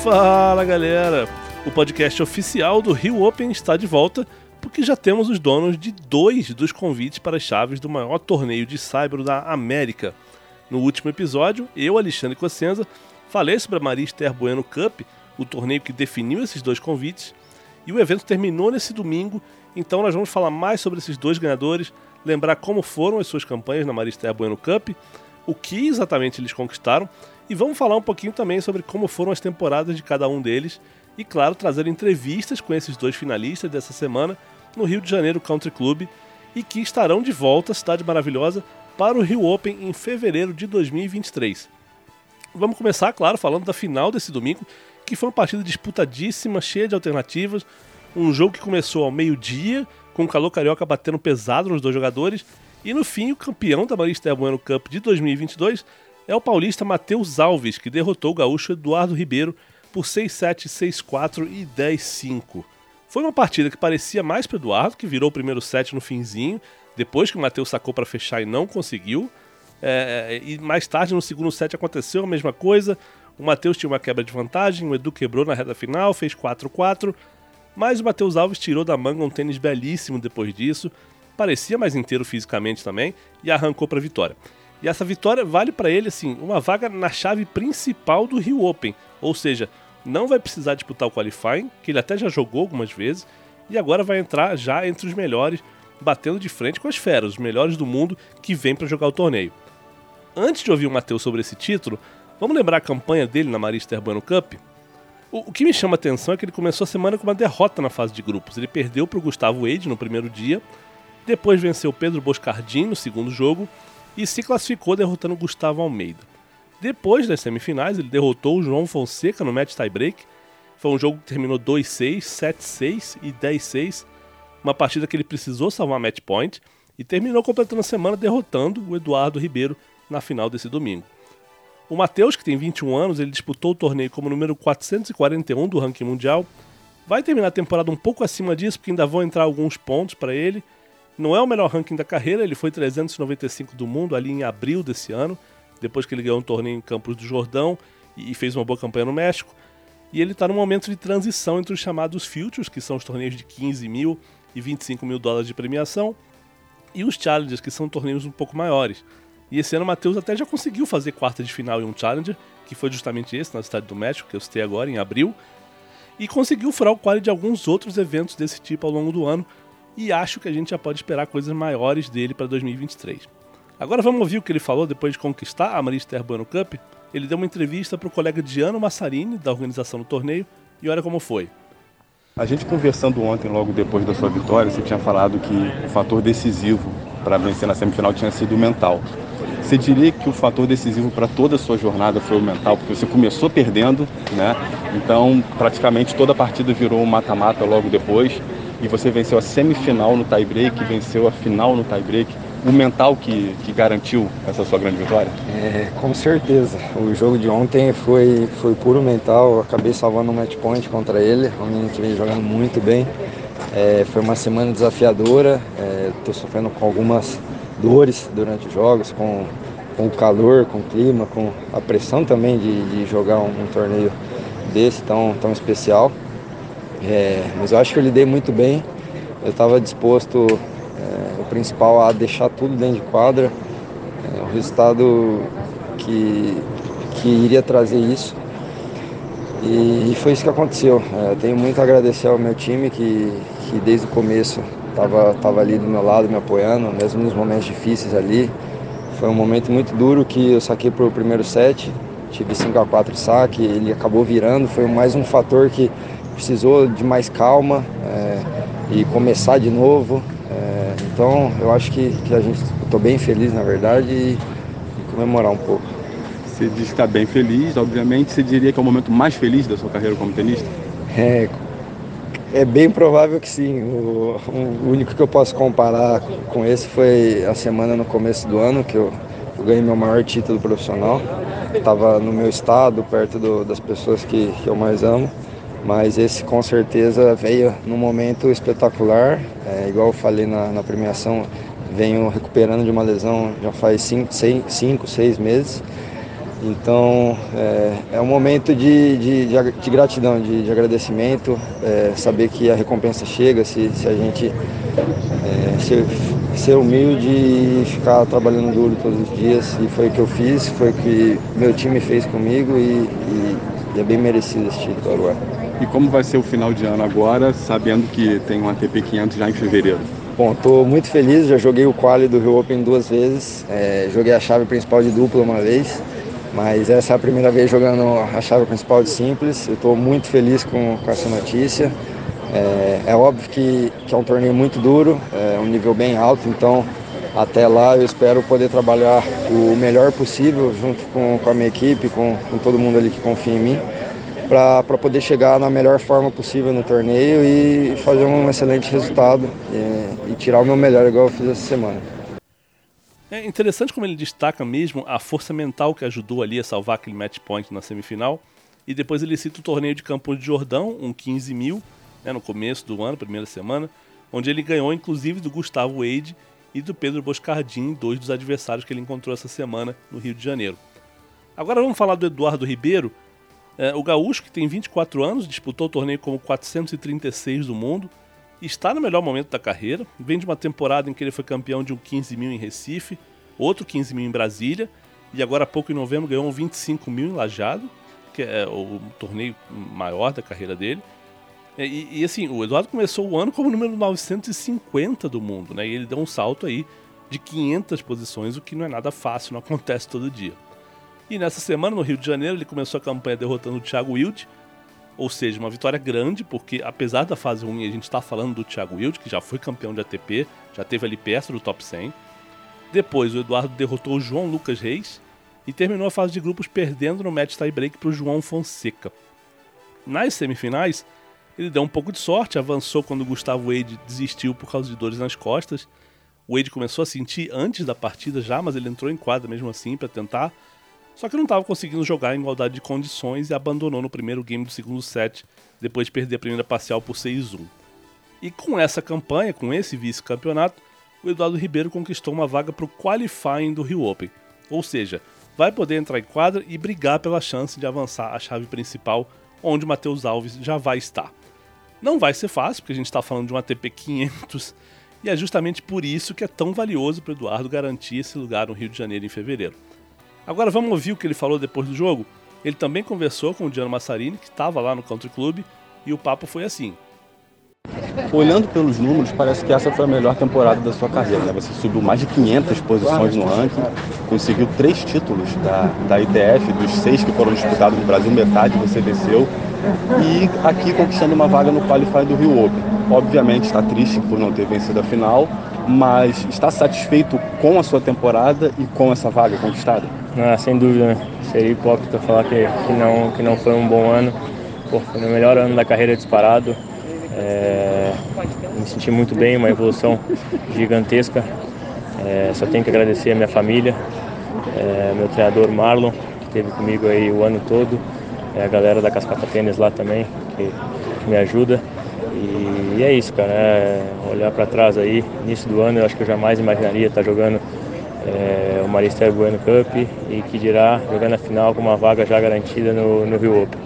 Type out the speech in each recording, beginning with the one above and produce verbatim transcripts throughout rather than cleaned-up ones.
Fala galera, o podcast oficial do Rio Open está de volta porque já temos os donos de dois dos convites para as chaves do maior torneio de saibro da América. No último episódio, eu, Alexandre Cossenza, falei sobre a Maria Esther Bueno Cup, o torneio que definiu esses dois convites, e o evento terminou nesse domingo, então nós vamos falar mais sobre esses dois ganhadores, lembrar como foram as suas campanhas na Maria Esther Bueno Cup, o que exatamente eles conquistaram, e vamos falar um pouquinho também sobre como foram as temporadas de cada um deles e, claro, trazer entrevistas com esses dois finalistas dessa semana no Rio de Janeiro Country Club e que estarão de volta à cidade maravilhosa para o Rio Open em fevereiro de dois mil e vinte e três. Vamos começar, claro, falando da final desse domingo, que foi uma partida disputadíssima, cheia de alternativas, um jogo que começou ao meio-dia, com o calor carioca batendo pesado nos dois jogadores, e no fim o campeão da Maria Esther Bueno Cup de dois mil e vinte e dois é o paulista Matheus Alves, que derrotou o gaúcho Eduardo Ribeiro por seis sete, seis quatro e dez cinco. Foi uma partida que parecia mais para o Eduardo, que virou o primeiro set no finzinho, depois que o Matheus sacou para fechar e não conseguiu. É, e mais tarde, no segundo set, aconteceu a mesma coisa. O Matheus tinha uma quebra de vantagem, o Edu quebrou na reta final, fez quatro quatro. Mas o Matheus Alves tirou da manga um tênis belíssimo depois disso. Parecia mais inteiro fisicamente também e arrancou para a vitória. E essa vitória vale para ele assim, uma vaga na chave principal do Rio Open. Ou seja, não vai precisar disputar o qualifying, que ele até já jogou algumas vezes, e agora vai entrar já entre os melhores, batendo de frente com as feras, os melhores do mundo que vêm para jogar o torneio. Antes de ouvir o Matheus sobre esse título, vamos lembrar a campanha dele na Maria Esther Bueno Cup? O, o que me chama a atenção é que ele começou a semana com uma derrota na fase de grupos. Ele perdeu para o Gustavo Wade no primeiro dia, depois venceu o Pedro Boscardin no segundo jogo e se classificou derrotando o Gustavo Almeida. Depois das semifinais, ele derrotou o João Fonseca no match tie-break. Foi um jogo que terminou dois seis, sete seis e dez seis, uma partida que ele precisou salvar match point e terminou completando a semana derrotando o Eduardo Ribeiro na final desse domingo. O Matheus, que tem vinte e um anos, ele disputou o torneio como número quatrocentos e quarenta e um do ranking mundial. Vai terminar a temporada um pouco acima disso, porque ainda vão entrar alguns pontos para ele. Não é o melhor ranking da carreira, ele foi trezentos e noventa e cinco do mundo ali em abril desse ano, depois que ele ganhou um torneio em Campos do Jordão e fez uma boa campanha no México. E ele está num momento de transição entre os chamados Futures, que são os torneios de quinze mil e vinte e cinco mil dólares de premiação, e os Challengers, que são torneios um pouco maiores. E esse ano o Matheus até já conseguiu fazer quarta de final em um Challenger, que foi justamente esse, na cidade do México, que eu citei agora, em abril, e conseguiu furar o quali de alguns outros eventos desse tipo ao longo do ano, e acho que a gente já pode esperar coisas maiores dele para dois mil e vinte e três. Agora vamos ouvir o que ele falou depois de conquistar a Maria Esther Bueno Cup. Ele deu uma entrevista para o colega Diano Massarini, da organização do torneio, e olha como foi. A gente conversando ontem, logo depois da sua vitória, você tinha falado que o fator decisivo para vencer na semifinal tinha sido o mental. Você diria que o fator decisivo para toda a sua jornada foi o mental, porque você começou perdendo, né? Então praticamente toda a partida virou um mata-mata logo depois, e você venceu a semifinal no tie-break, venceu a final no tie-break. O mental que, que garantiu essa sua grande vitória? É, com certeza. O jogo de ontem foi, foi puro mental. Eu acabei salvando um match point contra ele, um menino que vem jogando muito bem. É, foi uma semana desafiadora. Estou é, sofrendo com algumas dores durante os jogos, com, com o calor, com o clima, com a pressão também de, de jogar um, um torneio desse tão, tão especial. É, mas eu acho que eu lidei muito bem. Eu estava disposto, é, o principal, a deixar tudo dentro de quadra. É, o resultado que, que iria trazer isso. E, e foi isso que aconteceu. É, eu tenho muito a agradecer ao meu time que, que desde o começo estava tava ali do meu lado, me apoiando, mesmo nos momentos difíceis ali. Foi um momento muito duro que eu saquei para o primeiro set, tive cinco a quatro saque, ele acabou virando, foi mais um fator que precisou de mais calma é, e começar de novo. É, então eu acho que, que a gente, estou bem feliz na verdade e, e comemorar um pouco. Você diz que está bem feliz, obviamente. Você diria que é o momento mais feliz da sua carreira como tenista? É, é bem provável que sim. O, o único que eu posso comparar com esse foi a semana no começo do ano, que eu, eu ganhei meu maior título profissional. Estava no meu estado, perto do, das pessoas que, que eu mais amo. Mas esse com certeza veio num momento espetacular, é, igual eu falei na, na premiação, venho recuperando de uma lesão já faz cinco, seis, cinco, seis meses. Então é, é um momento de, de, de, de gratidão, de, de agradecimento, é, saber que a recompensa chega se, se a gente é, ser, ser humilde e ficar trabalhando duro todos os dias. E foi o que eu fiz, foi o que meu time fez comigo e, e, e é bem merecido esse título agora. E como vai ser o final de ano agora, sabendo que tem um A T P quinhentos já em fevereiro? Bom, estou muito feliz, já joguei o quali do Rio Open duas vezes, é, joguei a chave principal de dupla uma vez, mas essa é a primeira vez jogando a chave principal de simples. Eu estou muito feliz com, com essa notícia. É, é óbvio que, que é um torneio muito duro, é um nível bem alto, então até lá eu espero poder trabalhar o melhor possível junto com, com a minha equipe, com, com todo mundo ali que confia em mim, para poder chegar na melhor forma possível no torneio e fazer um excelente resultado e, e tirar o meu melhor igual eu fiz essa semana. É interessante como ele destaca mesmo a força mental que ajudou ali a salvar aquele match point na semifinal, e depois ele cita o torneio de Campos de Jordão, um quinze mil, né, no começo do ano, primeira semana, onde ele ganhou inclusive do Gustavo Wade e do Pedro Boscardin, dois dos adversários que ele encontrou essa semana no Rio de Janeiro. Agora vamos falar do Eduardo Ribeiro. É, o gaúcho, que tem vinte e quatro anos, disputou o torneio como quatrocentos e trinta e seis do mundo, está no melhor momento da carreira, vem de uma temporada em que ele foi campeão de um quinze mil em Recife, outro quinze mil em Brasília, e agora há pouco em novembro ganhou um vinte e cinco mil em Lajeado, que é o torneio maior da carreira dele. E, e assim, o Eduardo começou o ano como número novecentos e cinquenta do mundo, né? E ele deu um salto aí de quinhentas posições, o que não é nada fácil, não acontece todo dia. E nessa semana, no Rio de Janeiro, ele começou a campanha derrotando o Thiago Wilde, ou seja, uma vitória grande, porque apesar da fase ruim, a gente está falando do Thiago Wilde, que já foi campeão de A T P, já esteve ali perto do top cem. Depois, o Eduardo derrotou o João Lucas Reis e terminou a fase de grupos perdendo no match tie-break para o João Fonseca. Nas semifinais, ele deu um pouco de sorte, avançou quando o Gustavo Wade desistiu por causa de dores nas costas. O Wade começou a sentir antes da partida já, mas ele entrou em quadra mesmo assim para tentar. Só que não estava conseguindo jogar em igualdade de condições e abandonou no primeiro game do segundo set, depois de perder a primeira parcial por seis a um. E com essa campanha, com esse vice-campeonato, o Eduardo Ribeiro conquistou uma vaga para o qualifying do Rio Open. Ou seja, vai poder entrar em quadra e brigar pela chance de avançar a chave principal, onde o Matheus Alves já vai estar. Não vai ser fácil, porque a gente está falando de um A T P quinhentos, e é justamente por isso que é tão valioso para o Eduardo garantir esse lugar no Rio de Janeiro em fevereiro. Agora vamos ouvir o que ele falou depois do jogo? Ele também conversou com o Diano Massarini, que estava lá no Country Club, e o papo foi assim. Olhando pelos números, parece que essa foi a melhor temporada da sua carreira, né? Você subiu mais de quinhentas posições no ranking, conseguiu três títulos da, da I T F, dos seis que foram disputados no Brasil, metade você venceu, e aqui conquistando uma vaga no Qualify do Rio Open. Obviamente está triste por não ter vencido a final, mas está satisfeito com a sua temporada e com essa vaga conquistada? Ah, sem dúvida, né? Seria hipócrita falar que, que, não, que não foi um bom ano. Pô, foi o melhor ano da carreira disparado. É, me senti muito bem, uma evolução gigantesca. É, só tenho que agradecer a minha família, é, meu treinador Marlon, que esteve comigo aí o ano todo, é, a galera da Cascata Tênis lá também, que, que me ajuda. E, e é isso, cara, é, olhar para trás aí, início do ano, eu acho que eu jamais imaginaria estar jogando é, o Maristel Bueno Cup e que dirá jogando a final com uma vaga já garantida no, no Rio Open.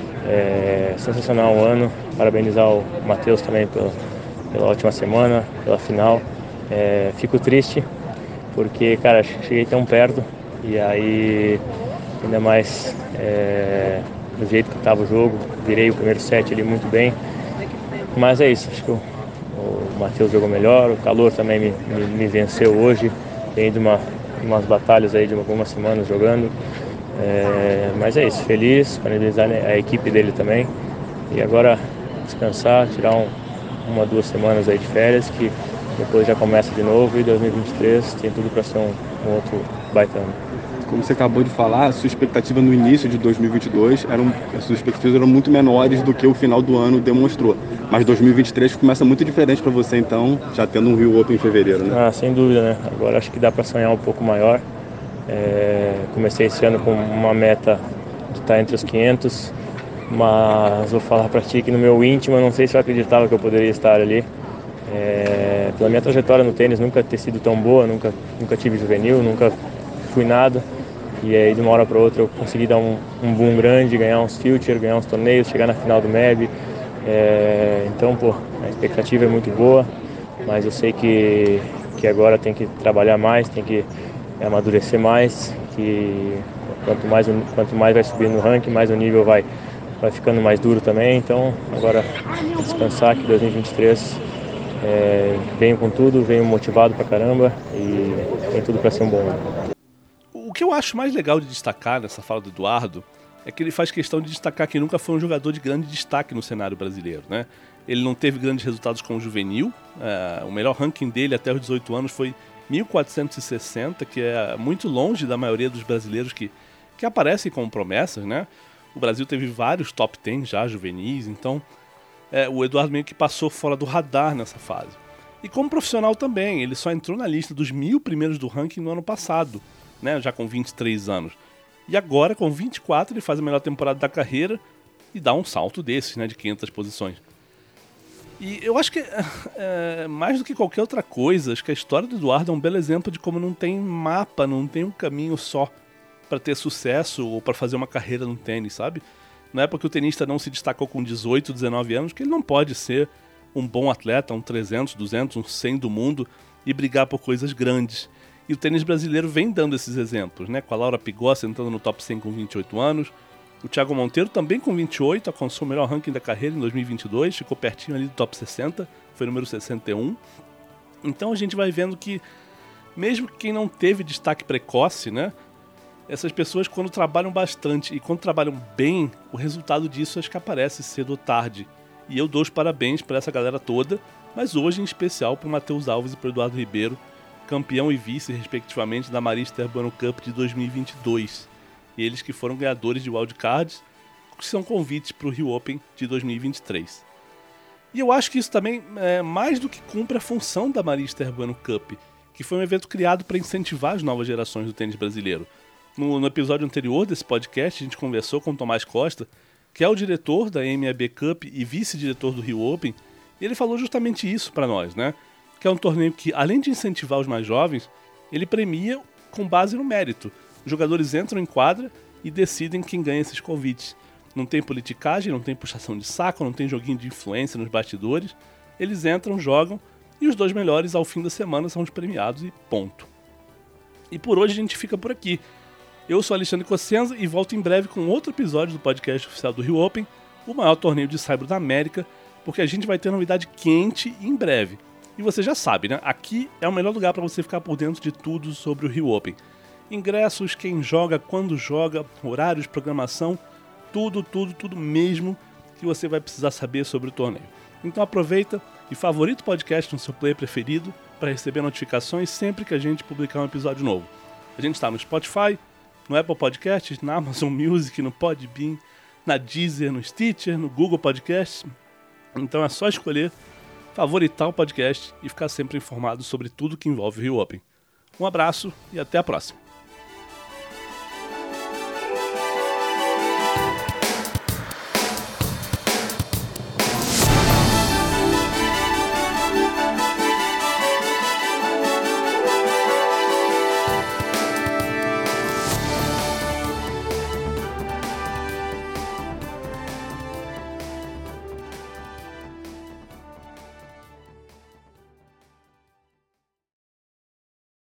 É, sensacional um ano, parabenizar o Matheus também pela, pela ótima semana, pela final. É, fico triste porque, cara, cheguei tão perto e aí ainda mais é, do jeito que estava o jogo, virei o primeiro set ali muito bem, mas é isso, acho que o, o Matheus jogou melhor, o calor também me, me, me venceu hoje, vem de uma, umas batalhas aí de algumas semanas jogando. É, mas é isso, feliz, parabenizar a equipe dele também e agora descansar, tirar um, uma, duas semanas aí de férias que depois já começa de novo e dois mil e vinte e três tem tudo para ser um, um outro baita ano. Como você acabou de falar, a sua expectativa no início de dois mil e vinte e dois, eram, as suas expectativas eram muito menores do que o final do ano demonstrou, mas dois mil e vinte e três começa muito diferente para você então, já tendo um Rio Open em fevereiro, né? Ah, sem dúvida, né? Agora acho que dá para sonhar um pouco maior. É, comecei esse ano com uma meta de estar entre os quinhentos, mas vou falar para ti que no meu íntimo eu não sei se eu acreditava que eu poderia estar ali. É, pela minha trajetória no tênis nunca ter sido tão boa, nunca, nunca tive juvenil, nunca fui nada E aí de uma hora para outra eu consegui dar um, um boom grande, ganhar uns Future, ganhar uns torneios, chegar na final do M E B. É, então, pô, a expectativa é muito boa, mas eu sei que, que agora tem que trabalhar mais, tem que amadurecer mais, que quanto mais, quanto mais vai subindo no ranking, mais o nível vai, vai ficando mais duro também. Então, agora descansar, que dois mil e vinte e três é, venho com tudo, venho motivado pra caramba e tem tudo para ser um bom ano. O que eu acho mais legal de destacar nessa fala do Eduardo é que ele faz questão de destacar que nunca foi um jogador de grande destaque no cenário brasileiro, né? Ele não teve grandes resultados como juvenil, é, o melhor ranking dele até os dezoito anos foi mil quatrocentos e sessenta, que é muito longe da maioria dos brasileiros que, que aparecem como promessas, né? O Brasil teve vários top dez já juvenis, então é, o Eduardo meio que passou fora do radar nessa fase. E como profissional também, ele só entrou na lista dos mil primeiros do ranking no ano passado, né? Já com vinte e três anos. E agora, com vinte e quatro, ele faz a melhor temporada da carreira e dá um salto desses, né, de quinhentas posições. E eu acho que, é, mais do que qualquer outra coisa, acho que a história do Eduardo é um belo exemplo de como não tem mapa, não tem um caminho só para ter sucesso ou para fazer uma carreira no tênis, sabe? Não é porque o tenista não se destacou com dezoito, dezenove anos que ele não pode ser um bom atleta, um trezentos, duzentos, um cem do mundo e brigar por coisas grandes. E o tênis brasileiro vem dando esses exemplos, né? Com a Laura Pigossi entrando no top cem com vinte e oito anos. O Thiago Monteiro também com vinte e oito, alcançou o melhor ranking da carreira em dois mil e vinte e dois, ficou pertinho ali do top sessenta, foi número sessenta e um. Então a gente vai vendo que, mesmo quem não teve destaque precoce, né? Essas pessoas, quando trabalham bastante e quando trabalham bem, o resultado disso acho que aparece cedo ou tarde. E eu dou os parabéns para essa galera toda, mas hoje em especial para o Matheus Alves e para o Eduardo Ribeiro, campeão e vice, respectivamente, da Marister Bueno Cup de dois mil e vinte e dois. E eles que foram ganhadores de wildcards, que são convites para o Rio Open de dois mil e vinte e três. E eu acho que isso também é mais do que cumpre a função da Marister Bueno Cup, que foi um evento criado para incentivar as novas gerações do tênis brasileiro. No, no episódio anterior desse podcast, a gente conversou com o Tomás Costa, que é o diretor da M A B Cup e vice-diretor do Rio Open, e ele falou justamente isso para nós, né? Que é um torneio que, além de incentivar os mais jovens, ele premia com base no mérito. Os jogadores entram em quadra e decidem quem ganha esses convites. Não tem politicagem, não tem puxação de saco, não tem joguinho de influência nos bastidores. Eles entram, jogam e os dois melhores ao fim da semana são os premiados e ponto. E por hoje a gente fica por aqui. Eu sou Alexandre Cossenza e volto em breve com outro episódio do podcast oficial do Rio Open, o maior torneio de saibro da América, porque a gente vai ter novidade quente em breve. E você já sabe, né? Aqui é o melhor lugar para você ficar por dentro de tudo sobre o Rio Open. Ingressos, quem joga, quando joga, horários, programação, tudo, tudo, tudo mesmo que você vai precisar saber sobre o torneio. Então aproveita e favorita o podcast no seu player preferido para receber notificações sempre que a gente publicar um episódio novo. A gente está no Spotify, no Apple Podcasts, na Amazon Music, no Podbean, na Deezer, no Stitcher, no Google Podcasts. Então é só escolher favoritar o podcast e ficar sempre informado sobre tudo que envolve o Rio Open. Um abraço e até a próxima.